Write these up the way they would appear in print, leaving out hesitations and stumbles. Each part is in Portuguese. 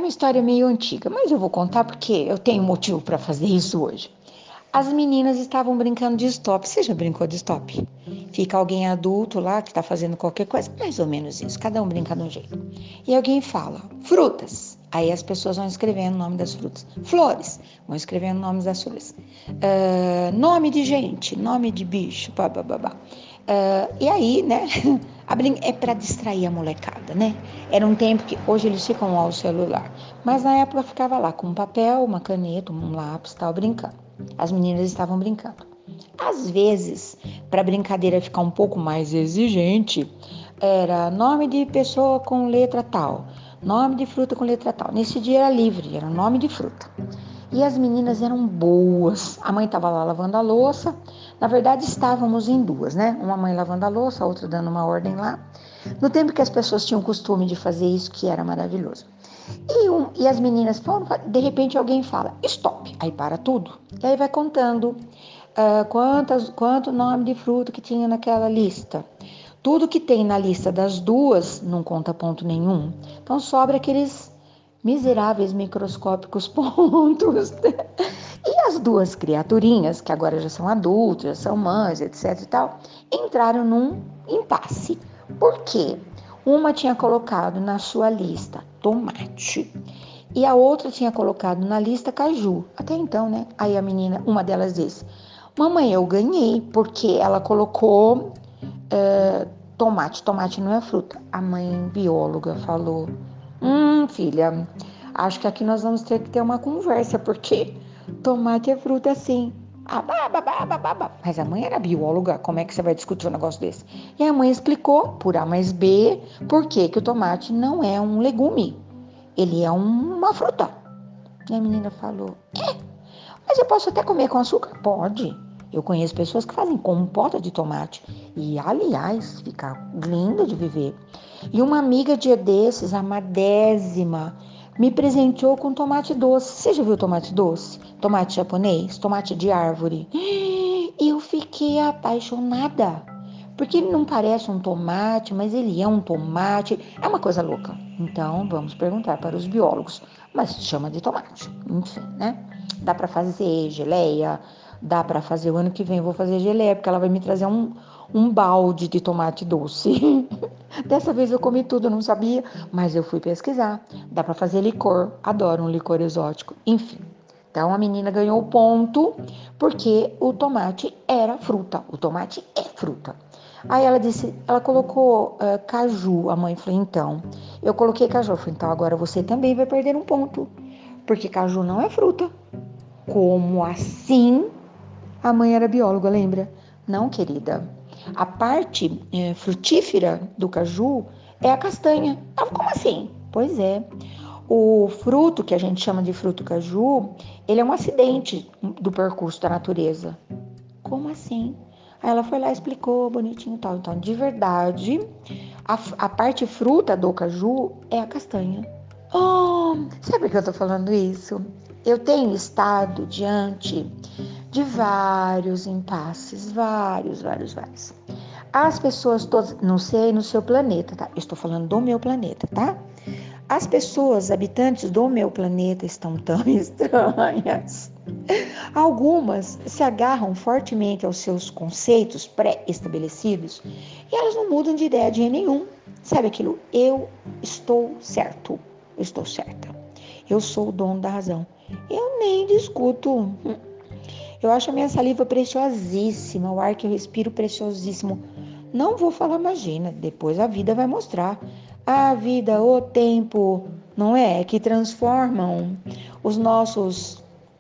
uma história meio antiga, mas eu vou contar porque eu tenho motivo para fazer isso hoje. As meninas estavam brincando de stop. Você já brincou de stop? Fica alguém adulto lá que está fazendo qualquer coisa, mais ou menos isso. Cada um brinca de um jeito. E alguém fala, frutas. Aí as pessoas vão escrevendo o nome das frutas. Flores, vão escrevendo nomes das flores. Nome de gente, nome de bicho, babá. E aí, né? É para distrair a molecada, né? Era um tempo que hoje eles ficam ao celular, mas na época ficava lá com um papel, uma caneta, um lápis, tal, brincando. As meninas estavam brincando. Às vezes, para a brincadeira ficar um pouco mais exigente, era nome de pessoa com letra tal, nome de fruta com letra tal. Nesse dia era livre, era nome de fruta. E as meninas eram boas. A mãe estava lá lavando a louça. Na verdade, estávamos em duas, né? Uma mãe lavando a louça, a outra dando uma ordem lá. No tempo que as pessoas tinham o costume de fazer isso, que era maravilhoso. E as meninas falam, de repente alguém fala, stop. Aí para tudo. E aí vai contando quanto nome de fruta que tinha naquela lista. Tudo que tem na lista das duas não conta ponto nenhum. Então sobra aqueles miseráveis microscópicos pontos. E as duas criaturinhas, que agora já são adultas, já são mães, etc e tal, entraram num impasse. Por quê? Uma tinha colocado na sua lista tomate e a outra tinha colocado na lista caju. Até então, né? Aí a menina, uma delas disse, mamãe, eu ganhei, porque ela colocou tomate. Tomate não é fruta. A mãe bióloga falou, filha, acho que aqui nós vamos ter que ter uma conversa, porque tomate é fruta sim. Mas a mãe era bióloga, como é que você vai discutir um negócio desse? E a mãe explicou, por A mais B, por que o tomate não é um legume. Ele é uma fruta. E a menina falou, mas eu posso até comer com açúcar? Pode. Eu conheço pessoas que fazem compota de tomate. E, aliás, fica linda de viver. E uma amiga dia desses, a Madésima, me presenteou com tomate doce. Você já viu tomate doce? Tomate japonês? Tomate de árvore? Eu fiquei apaixonada. Porque ele não parece um tomate, mas ele é um tomate. É uma coisa louca. Então, vamos perguntar para os biólogos. Mas chama de tomate. Enfim, né? Dá para fazer geleia, dá para fazer o ano que vem eu vou fazer geleia, porque ela vai me trazer um balde de tomate doce. Dessa vez eu comi tudo, eu não sabia, mas eu fui pesquisar. Dá para fazer licor, adoro um licor exótico. Enfim, então a menina ganhou o ponto porque o tomate era fruta. O tomate é fruta. Aí ela disse, ela colocou caju. A mãe falou, então, eu coloquei caju. Eu falei, então agora você também vai perder um ponto, porque caju não é fruta. Como assim? A mãe era bióloga, lembra? Não, querida. A parte frutífera do caju é a castanha. Ah, como assim? Pois é. O fruto, que a gente chama de fruto caju, ele é um acidente do percurso da natureza. Como assim? Aí ela foi lá e explicou bonitinho e tal. Então, de verdade, a parte fruta do caju é a castanha. Oh, sabe por que eu tô falando isso? Eu tenho estado diante de vários impasses, vários. As pessoas todas, não sei no seu planeta, tá? Eu estou falando do meu planeta, tá? As pessoas habitantes do meu planeta estão tão estranhas. Algumas se agarram fortemente aos seus conceitos pré-estabelecidos e elas não mudam de ideia de jeito nenhum. Sabe aquilo? Eu estou certo, eu estou certa. Eu sou o dono da razão. Eu nem discuto. Eu acho a minha saliva preciosíssima, o ar que eu respiro preciosíssimo. Não vou falar, imagina, depois a vida vai mostrar. A vida, o tempo, não é? Que transformam os nossos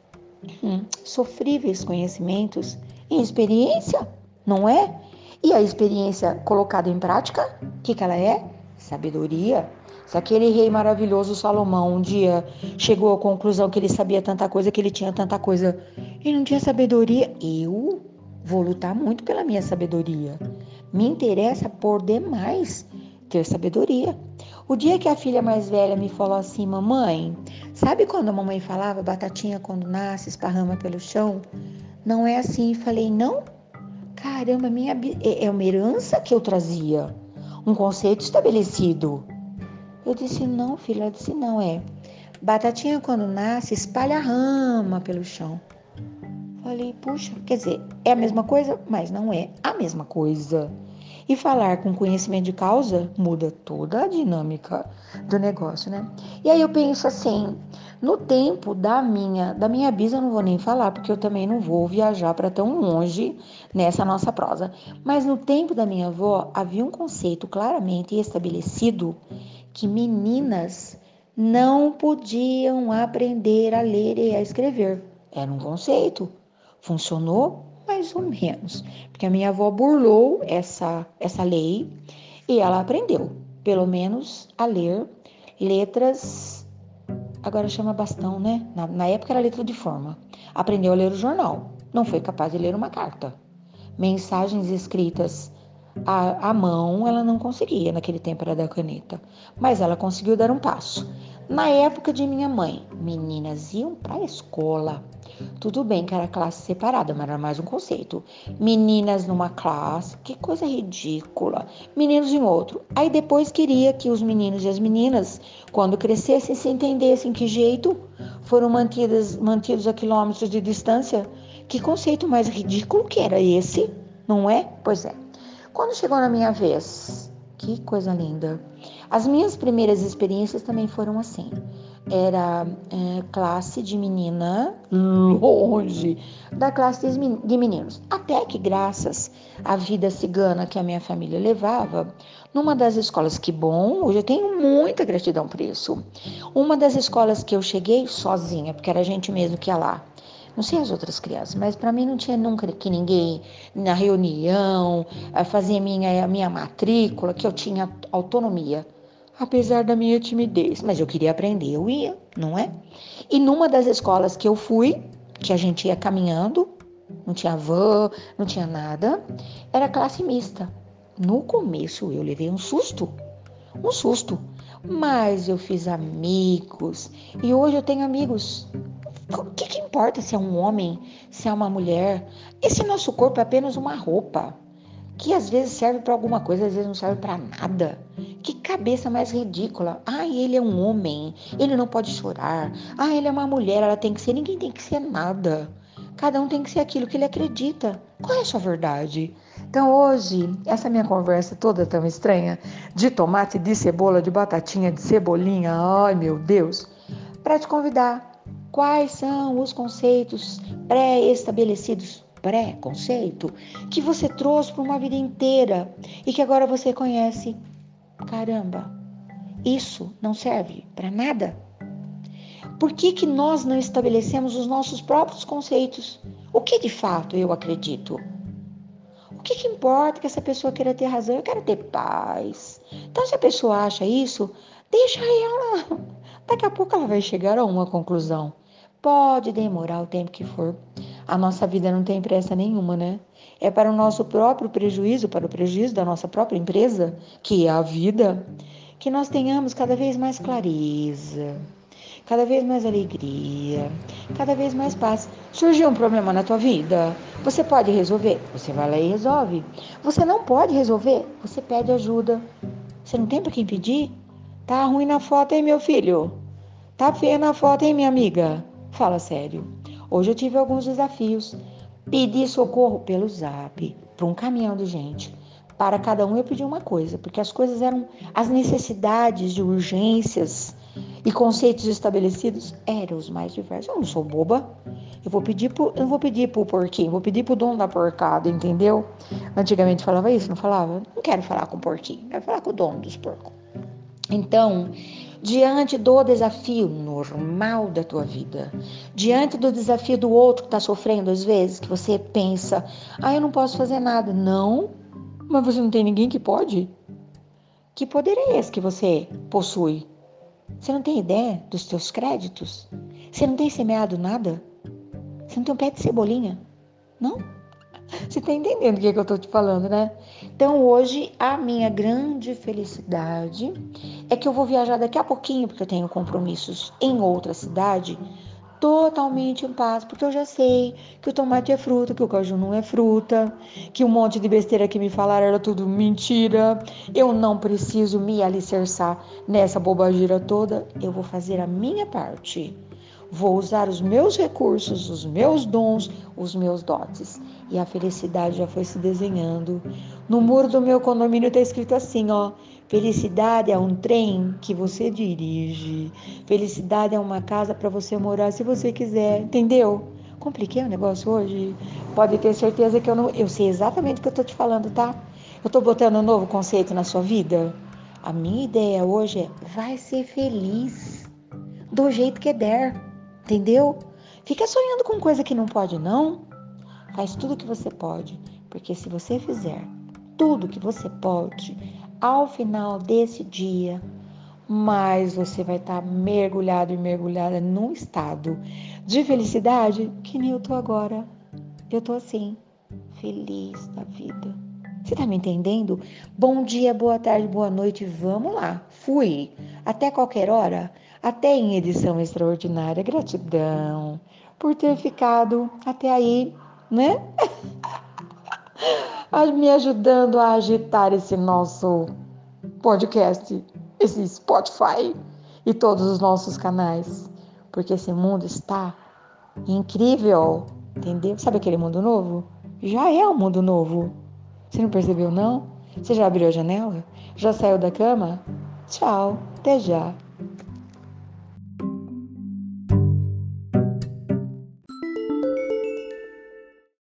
sofríveis conhecimentos em experiência, não é? E a experiência colocada em prática, o que ela é? Sabedoria. Se aquele rei maravilhoso Salomão um dia chegou à conclusão que ele sabia tanta coisa, que ele tinha tanta coisa, e não tinha sabedoria, eu vou lutar muito pela minha sabedoria. Me interessa por demais ter sabedoria. O dia que a filha mais velha me falou assim, mamãe, sabe quando a mamãe falava, batatinha quando nasce, esparrama pelo chão? Não é assim. Falei, não? Caramba, é uma herança que eu trazia, um conceito estabelecido. Eu disse, não, filha. Ela disse, não, é. Batatinha, quando nasce, espalha rama pelo chão. Falei, puxa, quer dizer, é a mesma coisa, mas não é a mesma coisa. E falar com conhecimento de causa muda toda a dinâmica do negócio, né? E aí eu penso assim, no tempo da minha bisa, eu não vou nem falar, porque eu também não vou viajar para tão longe nessa nossa prosa. Mas no tempo da minha avó, havia um conceito claramente estabelecido que meninas não podiam aprender a ler e a escrever. Era um conceito. Funcionou mais ou menos, porque a minha avó burlou essa lei e ela aprendeu, pelo menos, a ler letras, agora chama bastão, né? Na época era letra de forma. Aprendeu a ler o jornal, não foi capaz de ler uma carta. Mensagens escritas à mão, ela não conseguia, naquele tempo era da caneta, mas ela conseguiu dar um passo. Na época de minha mãe, meninas iam para a escola. Tudo bem que era classe separada, mas era mais um conceito. Meninas numa classe, que coisa ridícula. Meninos em outro. Aí depois queria que os meninos e as meninas, quando crescessem, se entendessem que jeito foram mantidos a quilômetros de distância. Que conceito mais ridículo que era esse, não é? Pois é. Quando chegou na minha vez, que coisa linda. As minhas primeiras experiências também foram assim. Era classe de menina longe da classe de meninos. Até que, graças à vida cigana que a minha família levava, numa das escolas, que bom, hoje eu tenho muita gratidão por isso. Uma das escolas que eu cheguei sozinha, porque era a gente mesmo que ia lá. Não sei as outras crianças, mas para mim não tinha nunca que ninguém na reunião fazia minha matrícula, que eu tinha autonomia, apesar da minha timidez. Mas eu queria aprender, eu ia, não é? E numa das escolas que eu fui, que a gente ia caminhando, não tinha van, não tinha nada, era classe mista. No começo eu levei um susto, mas eu fiz amigos e hoje eu tenho amigos. O que importa se é um homem, se é uma mulher? Esse nosso corpo é apenas uma roupa, que às vezes serve para alguma coisa, às vezes não serve para nada. Que cabeça mais ridícula. Ah, ele é um homem, ele não pode chorar. Ah, ele é uma mulher, ela tem que ser. Ninguém tem que ser nada. Cada um tem que ser aquilo que ele acredita. Qual é a sua verdade? Então hoje, essa minha conversa toda tão estranha, de tomate, de cebola, de batatinha, de cebolinha, ai meu Deus, para te convidar. Quais são os conceitos pré-estabelecidos, pré-conceito, que você trouxe para uma vida inteira e que agora você conhece? Caramba, isso não serve para nada. Por que nós não estabelecemos os nossos próprios conceitos? O que de fato eu acredito? O que importa que essa pessoa queira ter razão? Eu quero ter paz. Então, se a pessoa acha isso, deixa ela. Daqui a pouco ela vai chegar a uma conclusão. Pode demorar o tempo que for. A nossa vida não tem pressa nenhuma, né? É para o nosso próprio prejuízo, para o prejuízo da nossa própria empresa, que é a vida, que nós tenhamos cada vez mais clareza, cada vez mais alegria, cada vez mais paz. Surgiu um problema na tua vida? Você pode resolver? Você vai lá e resolve. Você não pode resolver? Você pede ajuda. Você não tem para quem pedir? Tá ruim na foto, hein, meu filho? Tá feia na foto, hein, minha amiga? Fala sério. Hoje eu tive alguns desafios. Pedi socorro pelo Zap, para um caminhão de gente. Para cada um eu pedi uma coisa, porque as coisas eram, as necessidades de urgências e conceitos estabelecidos eram os mais diversos. Eu não sou boba. Eu não vou pedir pro porquinho, vou pedir pro dono da porcada, entendeu? Antigamente falava isso, não falava? Não quero falar com o porquinho, quero falar com o dono dos porcos. Então, diante do desafio normal da tua vida, diante do desafio do outro que está sofrendo às vezes, que você pensa, eu não posso fazer nada. Não, mas você não tem ninguém que pode? Que poder é esse que você possui? Você não tem ideia dos teus créditos? Você não tem semeado nada? Você não tem um pé de cebolinha? Não? Você está entendendo o que eu estou te falando, né? Então, hoje, a minha grande felicidade é que eu vou viajar daqui a pouquinho, porque eu tenho compromissos em outra cidade, totalmente em paz, porque eu já sei que o tomate é fruta, que o caju não é fruta, que um monte de besteira que me falaram era tudo mentira. Eu não preciso me alicerçar nessa bobageira toda. Eu vou fazer a minha parte. Vou usar os meus recursos, os meus dons, os meus dotes. E a felicidade já foi se desenhando. No muro do meu condomínio está escrito assim, ó: felicidade é um trem que você dirige. Felicidade é uma casa para você morar se você quiser, entendeu? Compliquei o negócio hoje? Pode ter certeza que eu sei exatamente o que eu tô te falando, tá? Eu tô botando um novo conceito na sua vida. A minha ideia hoje é: vai ser feliz do jeito que der, entendeu? Fica sonhando com coisa que não pode, não. Faz tudo o que você pode, porque se você fizer tudo o que você pode, ao final desse dia, mais você vai estar mergulhado e mergulhada num estado de felicidade que nem eu tô agora. Eu tô assim, feliz da vida. Você tá me entendendo? Bom dia, boa tarde, boa noite. Vamos lá. Fui. Até qualquer hora. Até em edição extraordinária. Gratidão por ter ficado até aí, né? Me ajudando a agitar esse nosso podcast, esse Spotify e todos os nossos canais. Porque esse mundo está incrível, entendeu? Sabe aquele mundo novo? Já é um mundo novo. Você não percebeu, não? Você já abriu a janela? Já saiu da cama? Tchau, até já.